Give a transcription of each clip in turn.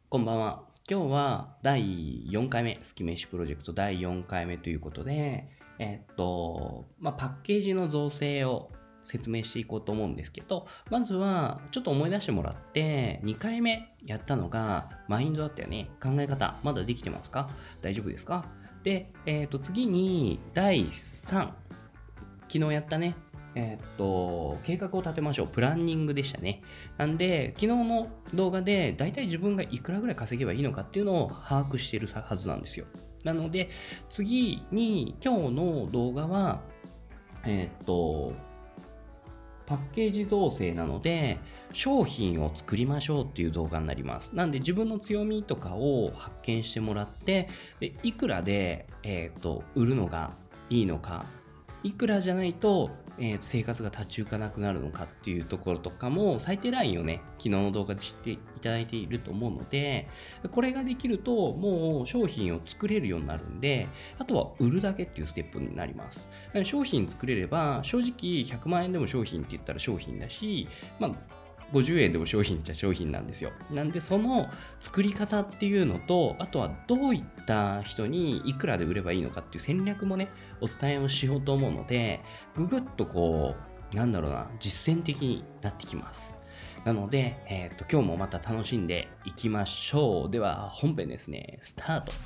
こんばんは。今日は第4回目、月飯プロジェクト第4回目ということで、パッケージの造成を説明していこうと思うんですけど、まずはちょっと思い出してもらって、2回目やったのがマインドだったよね。考え方、まだできてますか？大丈夫ですか？で、次に第3、昨日やったね、計画を立てましょう。プランニングでしたね。なんで、昨日の動画で、だいたい自分がいくらぐらい稼げばいいのかっていうのを把握しているはずなんですよ。なので、次に、今日の動画は、パッケージ造成なので、商品を作りましょうっていう動画になります。なんで、自分の強みとかを発見してもらって、でいくらで、売るのがいいのか、いくらじゃないと、生活が立ち行かなくなるのかっていうところとかも最低ラインをね、昨日の動画で知っていただいていると思うので、これができるともう商品を作れるようになるんで、あとは売るだけっていうステップになります。商品作れれば、正直100万円でも商品って言ったら商品だし、50円でも商品っちゃ商品なんですよ。なんでその作り方っていうのと、あとはどういった人にいくらで売ればいいのかっていう戦略もね、お伝えをしようと思うので、ぐぐっと実践的になってきます。なので、今日もまた楽しんでいきましょう。では本編ですね、スタート。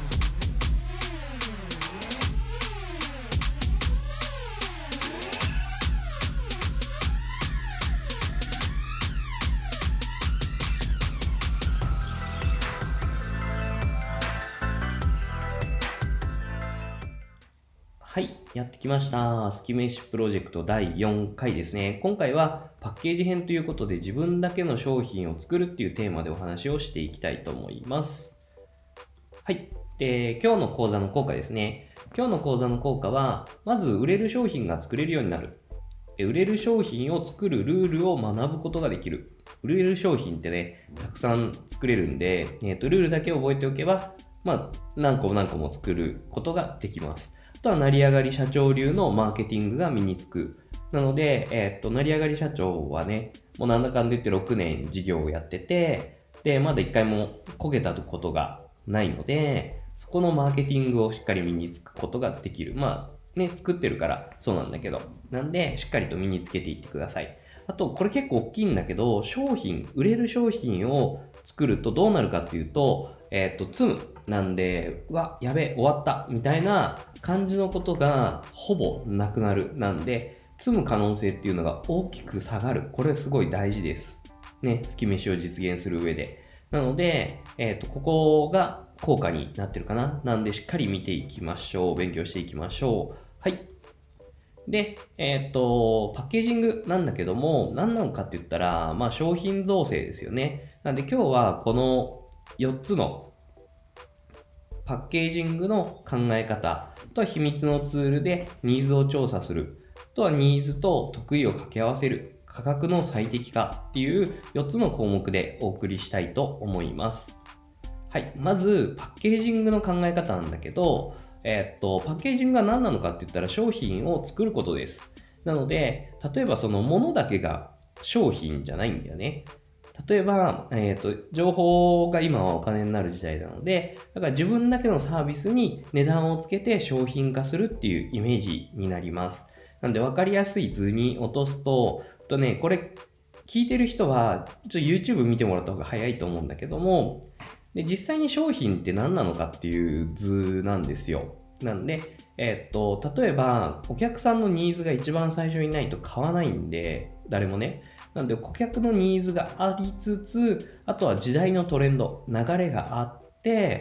はい、やってきました。月飯プロジェクト第4回ですね。今回はパッケージ編ということで自分だけの商品を作るっていうテーマでお話をしていきたいと思います。はい。で、今日の講座の効果ですね。今日の講座の効果は、まず売れる商品が作れるようになる。売れる商品を作るルールを学ぶことができる。売れる商品ってね、たくさん作れるんで、ルールだけ覚えておけば、何個も作ることができます。あとは成り上がり社長流のマーケティングが身につく。なので、成り上がり社長はね、もうなんだかんだ言って6年事業をやってて、で、まだ1回も焦げたことがないので、そこのマーケティングをしっかり身につくことができる。作ってるからそうなんだけど。なんで、しっかりと身につけていってください。あと、これ結構大きいんだけど、売れる商品を作るとどうなるかっていうと、積む。なんで、やべえ、終わった。みたいな感じのことがほぼなくなる。なんで、積む可能性っていうのが大きく下がる。これすごい大事です。ね、月飯を実現する上で。なので、ここが効果になってるかな。なんで、しっかり見ていきましょう。勉強していきましょう。はい。で、パッケージングなんだけども、何なのかって言ったら、商品造成ですよね。なんで今日はこの4つのパッケージングの考え方と秘密のツールでニーズを調査する。あとはニーズと得意を掛け合わせる。価格の最適化っていう4つの項目でお送りしたいと思います。はい。まず、パッケージングの考え方なんだけど、パッケージングが何なのかって言ったら商品を作ることです。なので、例えばそのものだけが商品じゃないんだよね。例えば、情報が今はお金になる時代なので、だから自分だけのサービスに値段をつけて商品化するっていうイメージになります。なんで分かりやすい図に落とすと、これ聞いてる人はちょっと YouTube 見てもらった方が早いと思うんだけども、で実際に商品って何なのかっていう図なんですよ。なんで、例えばお客さんのニーズが一番最初にないと買わないんで、誰もね。なんで顧客のニーズがありつつ、あとは時代のトレンド、流れがあって、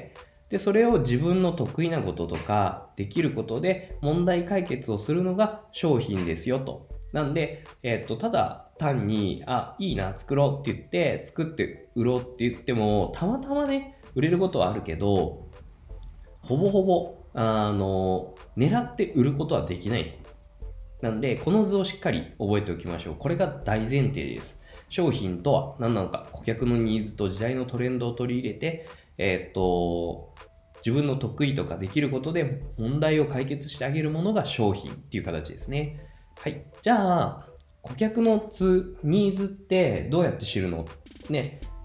で、それを自分の得意なこととか、できることで問題解決をするのが商品ですよと。なんで、ただ単に、いいな、作ろうって言って、作って売ろうって言っても、たまたまね、売れることはあるけど、ほぼほぼ、狙って売ることはできない。なんで、この図をしっかり覚えておきましょう。これが大前提です。商品とは何なのか、顧客のニーズと時代のトレンドを取り入れて、自分の得意とかできることで問題を解決してあげるものが商品っていう形ですね。はい。じゃあ、顧客のニーズってどうやって知るのね、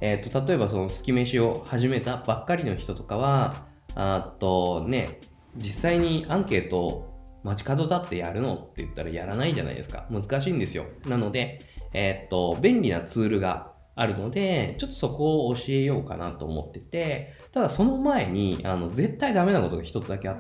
例えばそのスキ飯を始めたばっかりの人とかは、実際にアンケートを街角立ってやるのって言ったらやらないじゃないですか。難しいんですよ。なので、便利なツールがあるので、ちょっとそこを教えようかなと思ってて、ただその前に、絶対ダメなことが一つだけあって、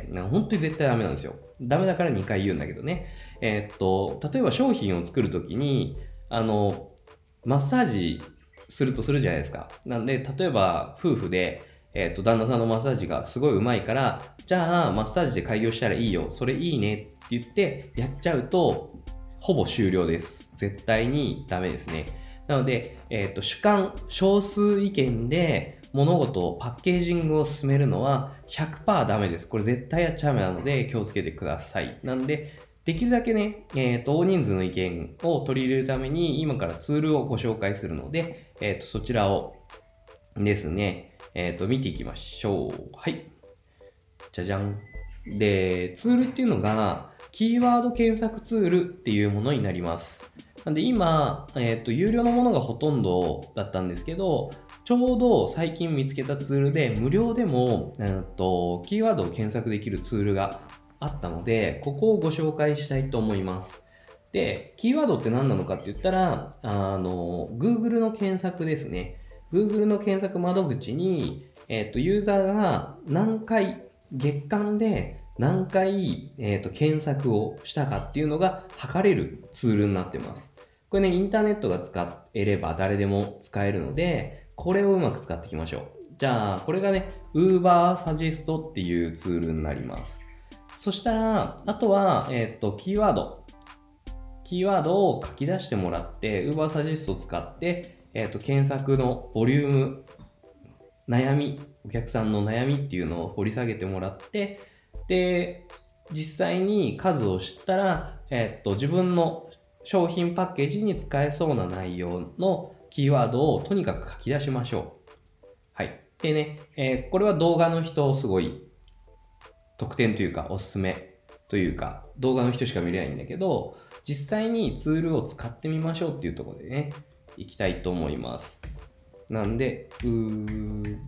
本当に絶対ダメなんですよ。ダメだから2回言うんだけどね。例えば商品を作るときに、マッサージするとするじゃないですか。なんで、例えば夫婦で、旦那さんのマッサージがすごい上手いから、じゃあマッサージで開業したらいいよ、それいいねって言ってやっちゃうと、ほぼ終了です。絶対にダメですね。なので、主観、少数意見で物事をパッケージングを進めるのは 100% ダメです。これ絶対やっちゃダメなので気をつけてください。なんで、できるだけね、大人数の意見を取り入れるために今からツールをご紹介するので、そちらをですね、見ていきましょう。はい。じゃじゃん。で、ツールっていうのが、キーワード検索ツールっていうものになります。なんで今、有料のものがほとんどだったんですけど、ちょうど最近見つけたツールで、無料でも、キーワードを検索できるツールがあったので、ここをご紹介したいと思います。で、キーワードって何なのかって言ったら、Google の検索ですね。Google の検索窓口に、ユーザーが何回、月間で何回、検索をしたかっていうのが測れるツールになってます。これね、インターネットが使えれば誰でも使えるので、これをうまく使っていきましょう。じゃあ、これがね、Uber Suggest っていうツールになります。そしたら、あとは、キーワードを書き出してもらって、Uber Suggest を使って、検索のボリューム、悩み、お客さんの悩みっていうのを掘り下げてもらって、で、実際に数を知ったら、自分の商品パッケージに使えそうな内容のキーワードをとにかく書き出しましょう。はい。でね、これは動画の人すごい特典というかおすすめというか動画の人しか見れないんだけど、実際にツールを使ってみましょうっていうところでね、いきたいと思います。なんで、Uber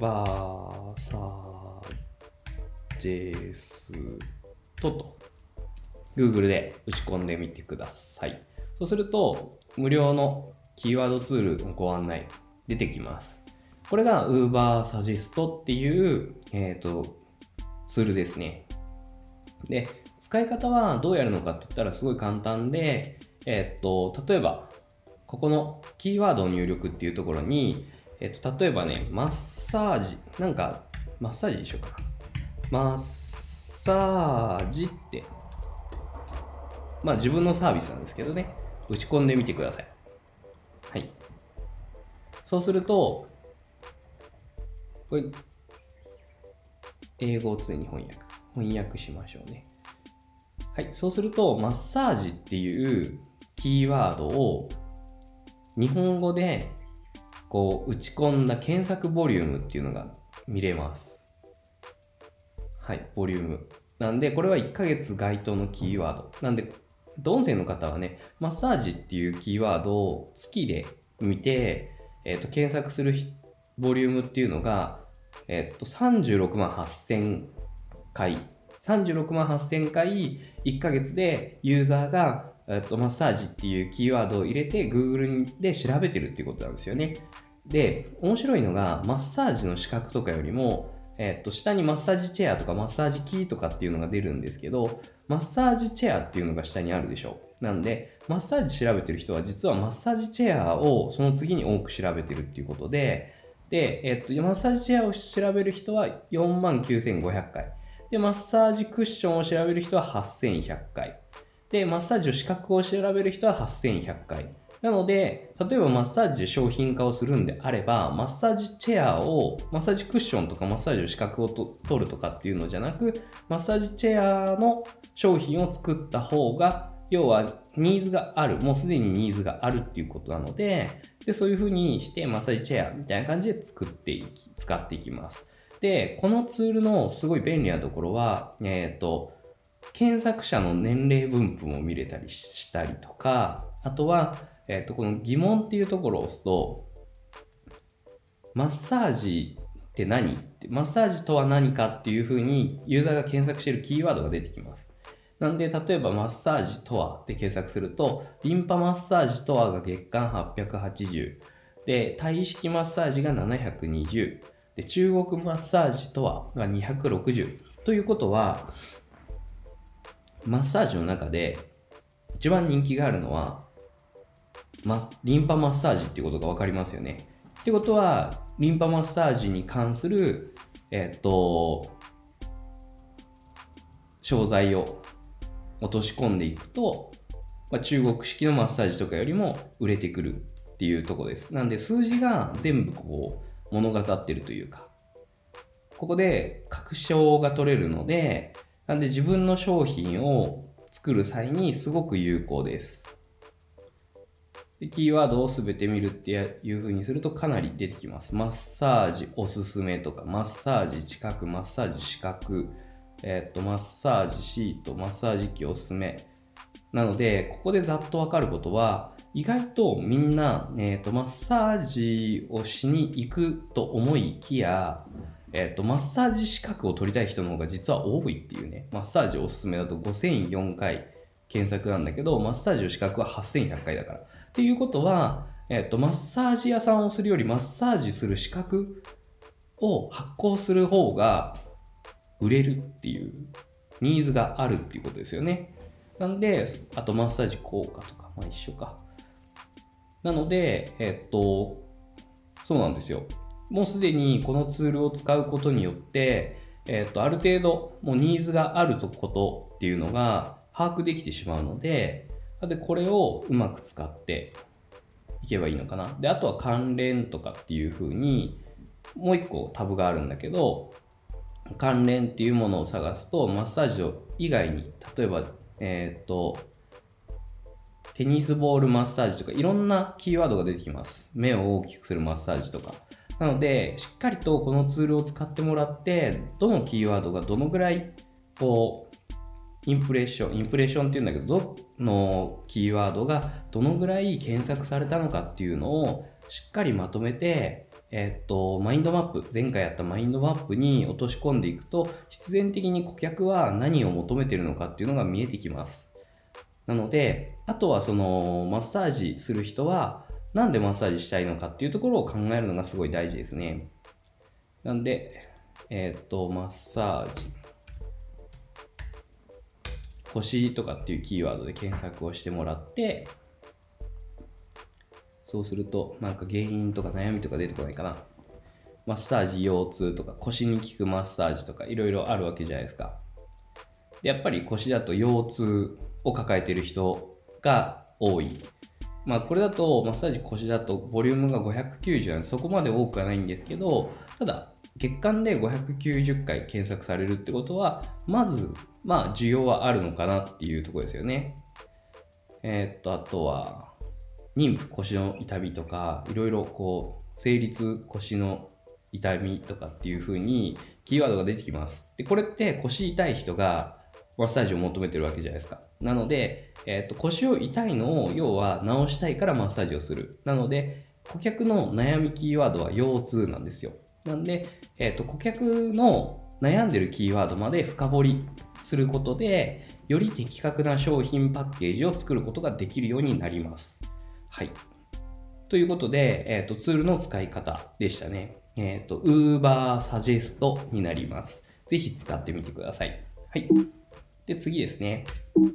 Suggest と Google で打ち込んでみてください。そうすると、無料のキーワードツールのご案内出てきます。これが Uber Suggest っていう、ツールですね。で、使い方はどうやるのかって言ったらすごい簡単で、例えば、ここのキーワード入力っていうところに、例えばね、マッサージ、なんか、マッサージでしょうかな。マッサージって、まあ自分のサービスなんですけどね、打ち込んでみてください。はい。そうすると、これ、英語を常に翻訳しましょうね。はい。そうすると、マッサージっていうキーワードを日本語でこう打ち込んだ検索ボリュームっていうのが見れます。はい、ボリューム。なんで、これは1ヶ月該当のキーワード。なんで、音声の方はね、マッサージっていうキーワードを月で見て、検索するボリュームっていうのが、36万8000回。36万8000回1ヶ月でユーザーが、マッサージっていうキーワードを入れて Google で調べてるっていうことなんですよね。で、面白いのがマッサージの資格とかよりも、下にマッサージチェアとかマッサージキーとかっていうのが出るんですけど、マッサージチェアっていうのが下にあるでしょう。なんで、マッサージ調べてる人は実はマッサージチェアをその次に多く調べてるっていうことで、で、マッサージチェアを調べる人は49,500回。で、マッサージクッションを調べる人は8100回。で、マッサージの資格を調べる人は8100回。なので、例えばマッサージで商品化をするんであれば、マッサージチェアを、マッサージクッションとかマッサージの資格を取るとかっていうのじゃなく、マッサージチェアの商品を作った方が、要はニーズがある、もうすでにニーズがあるっていうことなので、そういう風にしてマッサージチェアみたいな感じで使っていきます。で、このツールのすごい便利なところは、検索者の年齢分布も見れたりしたりとか、あとは、この疑問っていうところを押すと、 マッサージって何って、マッサージとは何かっていうふうにユーザーが検索しているキーワードが出てきます。なんで、例えばマッサージとはで検索すると、リンパマッサージとはが月間880、で、体式マッサージが720、で、中国マッサージとはが260。ということは、マッサージの中で一番人気があるのは、リンパマッサージっていうことが分かりますよね。ってことは、リンパマッサージに関する、商材を落とし込んでいくと、中国式のマッサージとかよりも売れてくるっていうところです。なんで数字が全部物語ってるというか、ここで確証が取れるので、なんで自分の商品を作る際にすごく有効です。でキーワードをすべて見るっていう風にするとかなり出てきます。マッサージおすすめとか、マッサージ近く、マッサージ資格、マッサージシート、マッサージ機おすすめ。なので、ここでざっとわかることは、意外とみんな、マッサージをしに行くと思いきや、マッサージ資格を取りたい人の方が実は多いっていうね。マッサージおすすめだと5004回検索なんだけど、マッサージの資格は8100回だから。っていうことは、マッサージ屋さんをするよりマッサージする資格を発行する方が売れるっていうニーズがあるっていうことですよね。なんで、あとマッサージ効果とか、一緒か。なので、そうなんですよ。もうすでにこのツールを使うことによって、ある程度もうニーズがあることっていうのが把握できてしまうので、これをうまく使っていけばいいのかな。で、あとは関連とかっていう風に、もう一個タブがあるんだけど、関連っていうものを探すと、マッサージ以外に、例えば、テニスボールマッサージとかいろんなキーワードが出てきます。目を大きくするマッサージとか。なので、しっかりとこのツールを使ってもらって、どのキーワードがどのぐらい、インプレッションっていうんだけど、どのキーワードがどのぐらい検索されたのかっていうのをしっかりまとめて、マインドマップ、前回やったマインドマップに落とし込んでいくと、必然的に顧客は何を求めているのかっていうのが見えてきます。なので、あとはそのマッサージする人はなんでマッサージしたいのかっていうところを考えるのがすごい大事ですね。なんで、マッサージ、腰とかっていうキーワードで検索をしてもらって、そうするとなんか原因とか悩みとか出てこないかな。マッサージ腰痛とか腰に効くマッサージとかいろいろあるわけじゃないですか。でやっぱり腰だと腰痛を抱えている人が多い。これだとマッサージ腰だとボリュームが590なんでそこまで多くはないんですけど、ただ月間で590回検索されるってことは、まず需要はあるのかなっていうところですよね。あとは妊婦腰の痛みとか、いろいろ生理痛腰の痛みとかっていう風にキーワードが出てきます。で、これって腰痛い人がマッサージを求めてるわけじゃないですか。なので、腰を痛いのを要は治したいからマッサージをする。なので、顧客の悩みキーワードは腰痛なんですよ。なんで、顧客の悩んでるキーワードまで深掘りすることで、より的確な商品パッケージを作ることができるようになります。はい。ということで、ツールの使い方でしたね。Uber Suggest になります。ぜひ使ってみてください。はい。で、次ですね。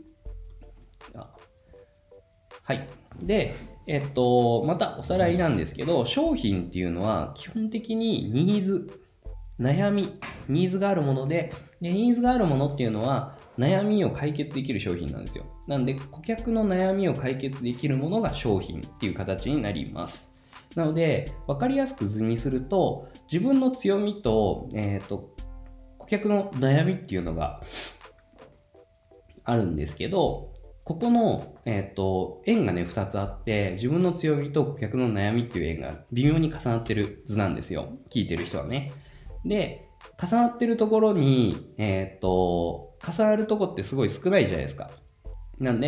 はい。で、またおさらいなんですけど、商品っていうのは基本的にニーズ、悩み、ニーズがあるもので、ニーズがあるものっていうのは悩みを解決できる商品なんですよ。なんで、顧客の悩みを解決できるものが商品っていう形になります。なので、分かりやすく図にすると、自分の強みと、顧客の悩みっていうのがあるんですけど、ここの、円がね、2つあって、自分の強みと顧客の悩みっていう円が微妙に重なってる図なんですよ。聞いてる人はね。で、重なってるところに、重なるとこってすごい少ないじゃないですか。なん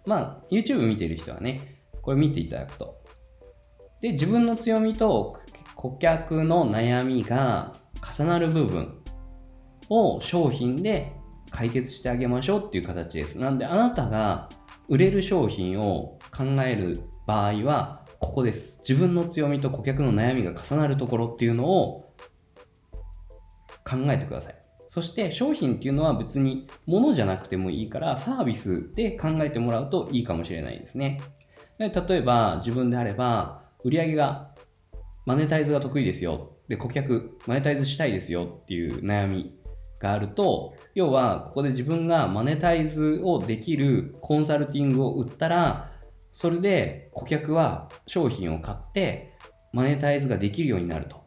で、YouTube 見てる人はね、これ見ていただくと。で、自分の強みと顧客の悩みが重なる部分を商品で解決してあげましょうっていう形です。なんであなたが売れる商品を考える場合はここです。自分の強みと顧客の悩みが重なるところっていうのを考えてください。そして商品っていうのは別に物じゃなくてもいいからサービスで考えてもらうといいかもしれないですね。で例えば自分であれば売上がマネタイズが得意ですよ。で、顧客マネタイズしたいですよっていう悩みがあると、要はここで自分がマネタイズをできるコンサルティングを売ったら、それで顧客は商品を買ってマネタイズができるようになると。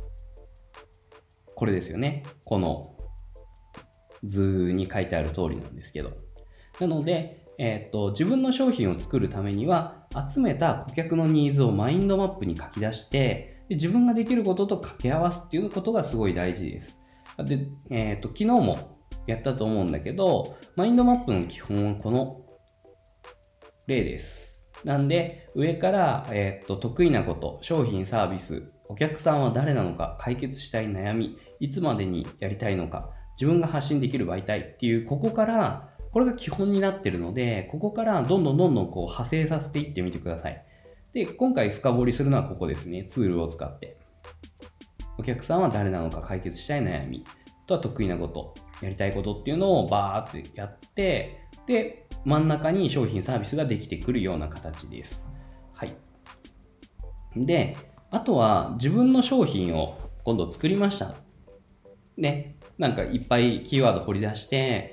これですよね。この図に書いてある通りなんですけど。なので、自分の商品を作るためには集めた顧客のニーズをマインドマップに書き出してで自分ができることと掛け合わすっていうことがすごい大事です。で、昨日もやったと思うんだけどマインドマップの基本はこの例です。なんで上から、得意なこと、商品サービス、お客さんは誰なのか、解決したい悩み、いつまでにやりたいのか、自分が発信できる媒体っていうここからこれが基本になってるので、ここからどんどんこう派生させていってみてください。で、今回深掘りするのはここですね。ツールを使って。お客さんは誰なのか、解決したい悩み、あとは得意なこと、やりたいことっていうのをバーってやって、で、真ん中に商品サービスができてくるような形です。はい。で、あとは自分の商品を今度作りました。ね、なんかいっぱいキーワード掘り出して、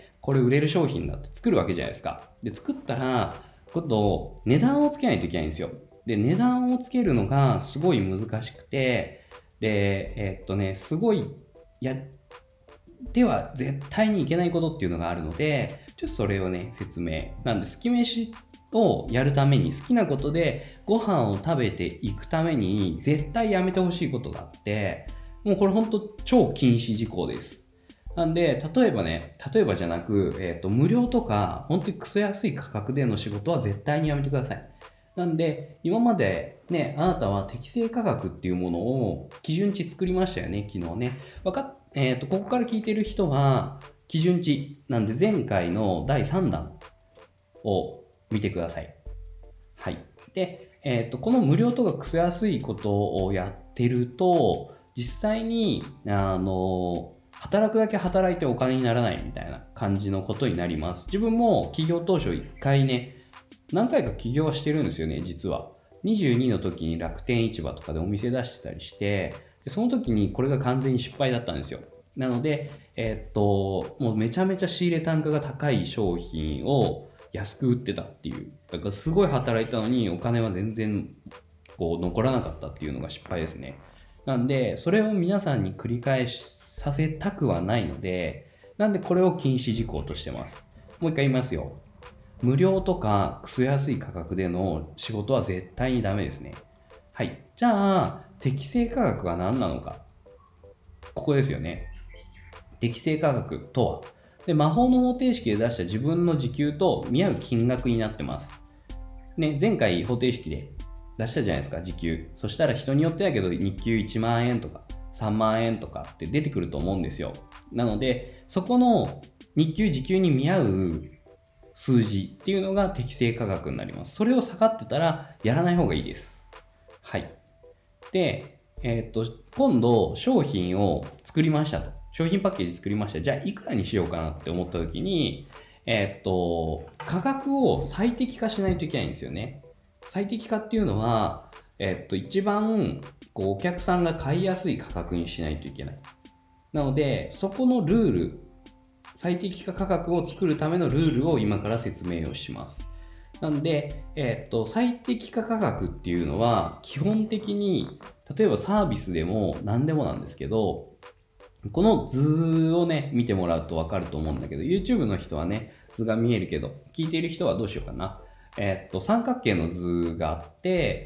これ売れる商品だって作るわけじゃないですか。で、作ったら、今度値段をつけないといけないんですよ。で、値段をつけるのがすごい難しくて、で、すごいやっては絶対にいけないことっていうのがあるので、ちょっとそれをね、説明。なんで、好き飯をやるために、好きなことでご飯を食べていくために、絶対やめてほしいことがあって、もうこれ本当超禁止事項です。なんで、例えばじゃなく、無料とか、本当にクソ安い価格での仕事は絶対にやめてください。なんで、今までね、あなたは適正価格っていうものを基準値作りましたよね、昨日ね。ここから聞いてる人は、基準値なんで前回の第3弾を見てください。はい。で、この無料とかクソ安いことをやってると、実際に、働くだけ働いてお金にならないみたいな感じのことになります。自分も起業当初1回ね、何回か起業はしてるんですよね、実は。22の時に楽天市場とかでお店出してたりして、でその時にこれが完全に失敗だったんですよ。なので、もうめちゃめちゃ仕入れ単価が高い商品を安く売ってたっていう。だからすごい働いたのにお金は全然こう残らなかったっていうのが失敗ですね。なんで、それを皆さんに繰り返させたくはないので、なんでこれを禁止事項としてます。もう一回言いますよ。無料とかクソ安い価格での仕事は絶対にダメですね。はい。じゃあ、適正価格は何なのか。ここですよね。適正価格とは。で、魔法の方程式で出した自分の時給と見合う金額になってます。ね、前回方程式で出したじゃないですか、時給。そしたら人によってだけど、日給1万円とか3万円とかって出てくると思うんですよ。なので、そこの日給、時給に見合う数字っていうのが適正価格になります。それを下がってたらやらない方がいいです。はい。で、今度商品を作りましたと。商品パッケージ作りました。じゃあいくらにしようかなって思った時に、価格を最適化しないといけないんですよね。最適化っていうのは、一番こうお客さんが買いやすい価格にしないといけない。なので、そこのルール、最適化価格を作るためのルールを今から説明をします。なんで、最適化価格っていうのは基本的に例えばサービスでも何でもなんですけど、この図をね見てもらうと分かると思うんだけど、 YouTube の人はね図が見えるけど、聞いている人はどうしようかな。三角形の図があって、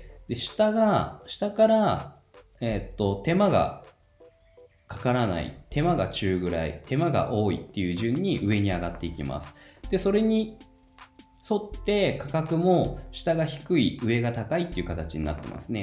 で下から、手間がかからない、手間が中ぐらい、手間が多いっていう順に上に上がっていきます。でそれに沿って価格も下が低い上が高いっていう形になってますね。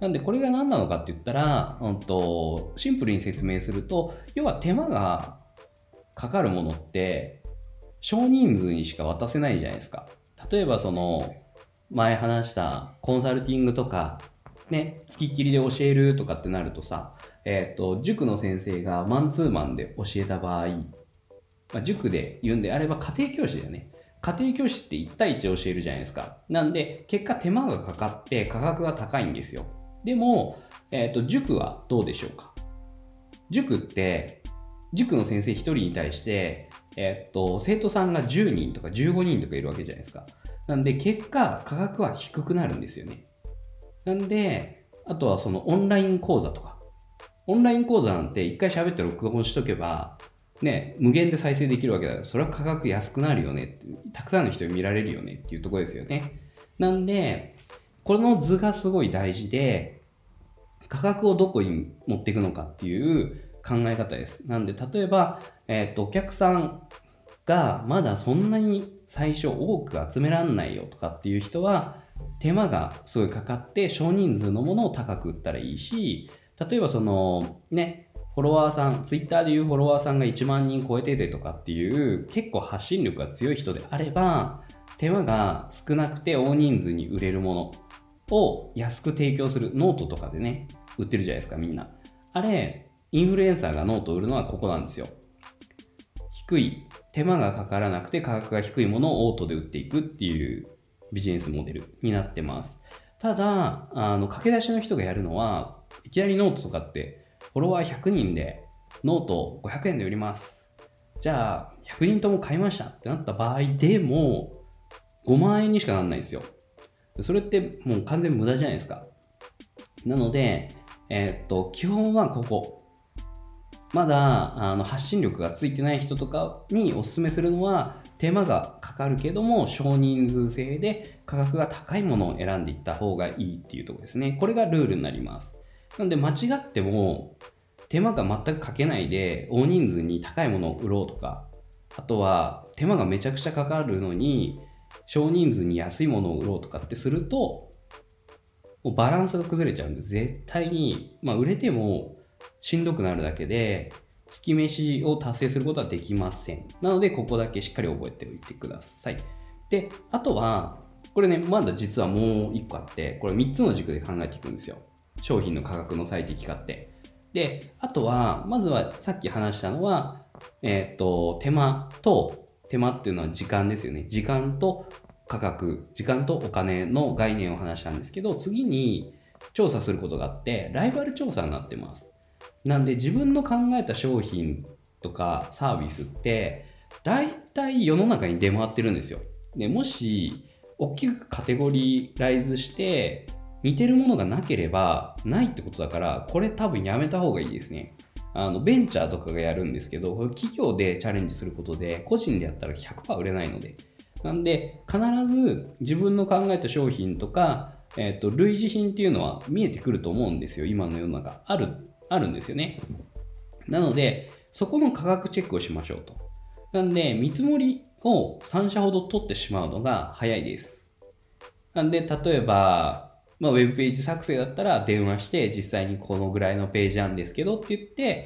なんでこれが何なのかって言ったら、シンプルに説明すると、要は手間がかかるものって少人数にしか渡せないじゃないですか。例えば前話したコンサルティングとかね、付きっきりで教えるとかってなるとさ、塾の先生がマンツーマンで教えた場合、塾で言うんであれば家庭教師だよね。家庭教師って1対1教えるじゃないですか。なんで結果手間がかかって価格が高いんですよ。でも、塾はどうでしょうか。塾って塾の先生1人に対して、生徒さんが10人とか15人とかいるわけじゃないですか。なんで結果価格は低くなるんですよね。なんであとはオンライン講座とか、オンライン講座なんて一回喋って録音しとけばね、無限で再生できるわけだから、それは価格安くなるよねって、たくさんの人に見られるよねっていうところですよね。なんでこの図がすごい大事で、価格をどこに持っていくのかっていう考え方です。なんで例えば、お客さんがまだそんなに最初多く集めらんないよとかっていう人は、手間がすごいかかって少人数のものを高く売ったらいいし、例えばフォロワーさん、ツイッターでいうフォロワーさんが1万人超えててとかっていう結構発信力が強い人であれば、手間が少なくて大人数に売れるものを安く提供する。ノートとかでね、売ってるじゃないですか、みんな。あれ、インフルエンサーがノートを売るのはここなんですよ。低い、手間がかからなくて価格が低いものをオートで売っていくっていうビジネスモデルになってます。ただ、駆け出しの人がやるのは、いきなりノートとかって、フォロワー100人でノート500円で売ります。じゃあ、100人とも買いましたってなった場合でも、5万円にしかならないんですよ。それってもう完全無駄じゃないですか。なので、基本はここ。まだ発信力がついてない人とかにおすすめするのは、手間がかかるけども少人数制で価格が高いものを選んでいった方がいいっていうところですね。これがルールになります。なので間違っても手間が全くかけないで大人数に高いものを売ろうとか、あとは手間がめちゃくちゃかかるのに少人数に安いものを売ろうとかってすると、もうバランスが崩れちゃうんで、絶対に、売れてもしんどくなるだけで月飯を達成することはできません。なのでここだけしっかり覚えておいてください。で、あとはこれね、まだ実はもう1個あって、これ3つの軸で考えていくんですよ。商品の価格の最適化って。で、あとはまずはさっき話したのは、手間っていうのは時間ですよね。時間と価格、時間とお金の概念を話したんですけど、次に調査することがあって、ライバル調査になってます。なんで自分の考えた商品とかサービスって大体世の中に出回ってるんですよ。で、もし大きくカテゴリライズして似てるものがなければないってことだから、これ多分やめた方がいいですね。ベンチャーとかがやるんですけど、企業でチャレンジすることで個人でやったら 100% 売れないので、なんで必ず自分の考えた商品とか、類似品っていうのは見えてくると思うんですよ。今の世の中あるんですよね。なのでそこの価格チェックをしましょうと。なんで見積もりを3社ほど取ってしまうのが早いです。なんで例えばウェブページ作成だったら電話して実際にこのぐらいのページなんですけどって言って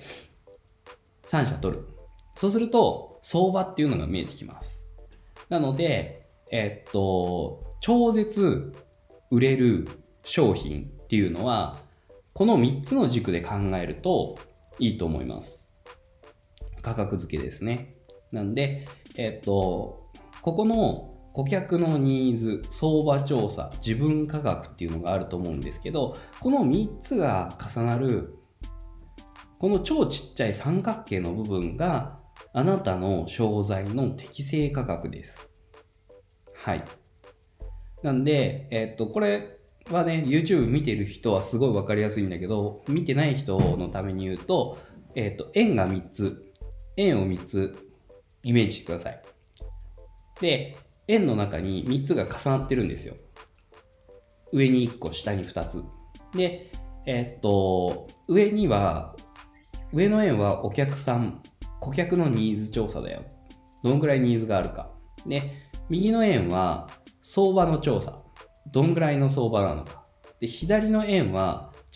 3社取る。そうすると相場っていうのが見えてきます。なので、超絶売れる商品っていうのはこの3つの軸で考えるといいと思います。価格付けですね。なんで、ここの顧客のニーズ、相場調査、自分価格っていうのがあると思うんですけど、この3つが重なるこの超ちっちゃい三角形の部分があなたの商材の適正価格です。はい。なんで、これはね、YouTube 見てる人はすごい分かりやすいんだけど、見てない人のために言うと、円が3つ、円を3つイメージしてください。で、円の中に3つが重なってるんですよ。上に1個、下に2つ。で、上の円はお客さん、顧客のニーズ調査だよ。どのくらいニーズがあるか。で、右の円は相場の調査。どんぐらいの相場なのか。で、左の円は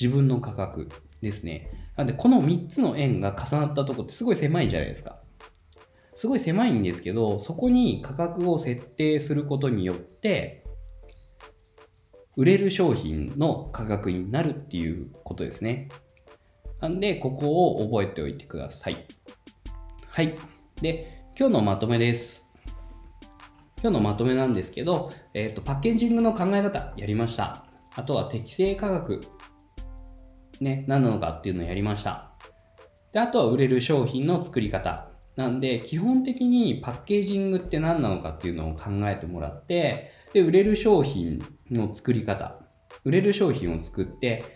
自分の価格ですね。なのでこの3つの円が重なったところってすごい狭いじゃないですか。すごい狭いんですけど、そこに価格を設定することによって売れる商品の価格になるっていうことですね。なんでここを覚えておいてください。はい。で、今日のまとめです。今日のまとめなんですけど、パッケージングの考え方やりました。あとは適正価格、ね、何なのかっていうのをやりました。で、あとは売れる商品の作り方。なんで、基本的にパッケージングって何なのかっていうのを考えてもらって、で、売れる商品の作り方。売れる商品を作って、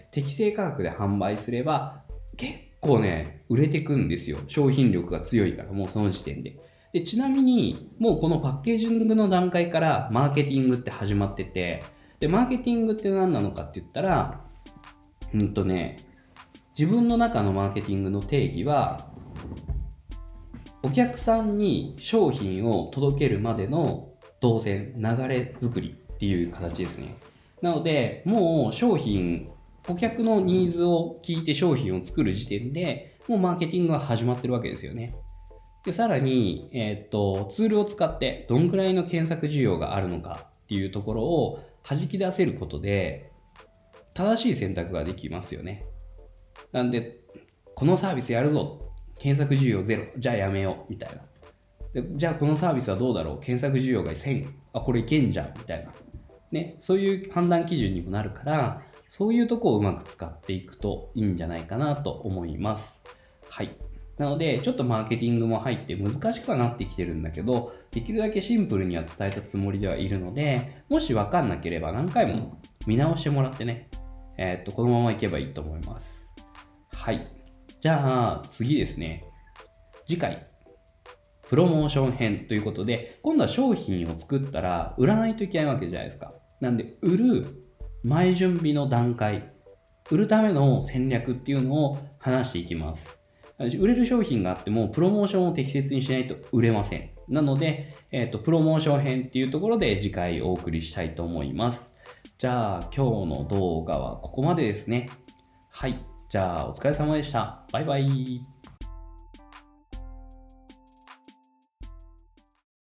適正価格で販売すれば、結構ね、売れてくんですよ。商品力が強いから、もうその時点で。で、ちなみに、もうこのパッケージングの段階からマーケティングって始まってて、で、マーケティングって何なのかって言ったら、自分の中のマーケティングの定義は、お客さんに商品を届けるまでの動線、流れ作りっていう形ですね。なので、もう商品、顧客のニーズを聞いて商品を作る時点で、もうマーケティングが始まってるわけですよね。で、さらに、ツールを使ってどんくらいの検索需要があるのかっていうところを弾き出せることで、正しい選択ができますよね。なんで、このサービスやるぞ。検索需要ゼロ。じゃあやめよう。みたいな。で、じゃあこのサービスはどうだろう。検索需要が1000。あ、これいけんじゃん。みたいな。ね。そういう判断基準にもなるから、そういうとこをうまく使っていくといいんじゃないかなと思います。はい。なので、ちょっとマーケティングも入って難しくはなってきてるんだけど、できるだけシンプルには伝えたつもりではいるので、もしわかんなければ何回も見直してもらってね、このままいけばいいと思います。はい。じゃあ、次ですね。次回、プロモーション編ということで、今度は商品を作ったら売らないといけないわけじゃないですか。なんで、売る前準備の段階、売るための戦略っていうのを話していきます。売れる商品があっても、プロモーションを適切にしないと売れません。なので、プロモーション編っていうところで次回お送りしたいと思います。じゃあ、今日の動画はここまでですね。はい。じゃあ、お疲れ様でした。バイバイ。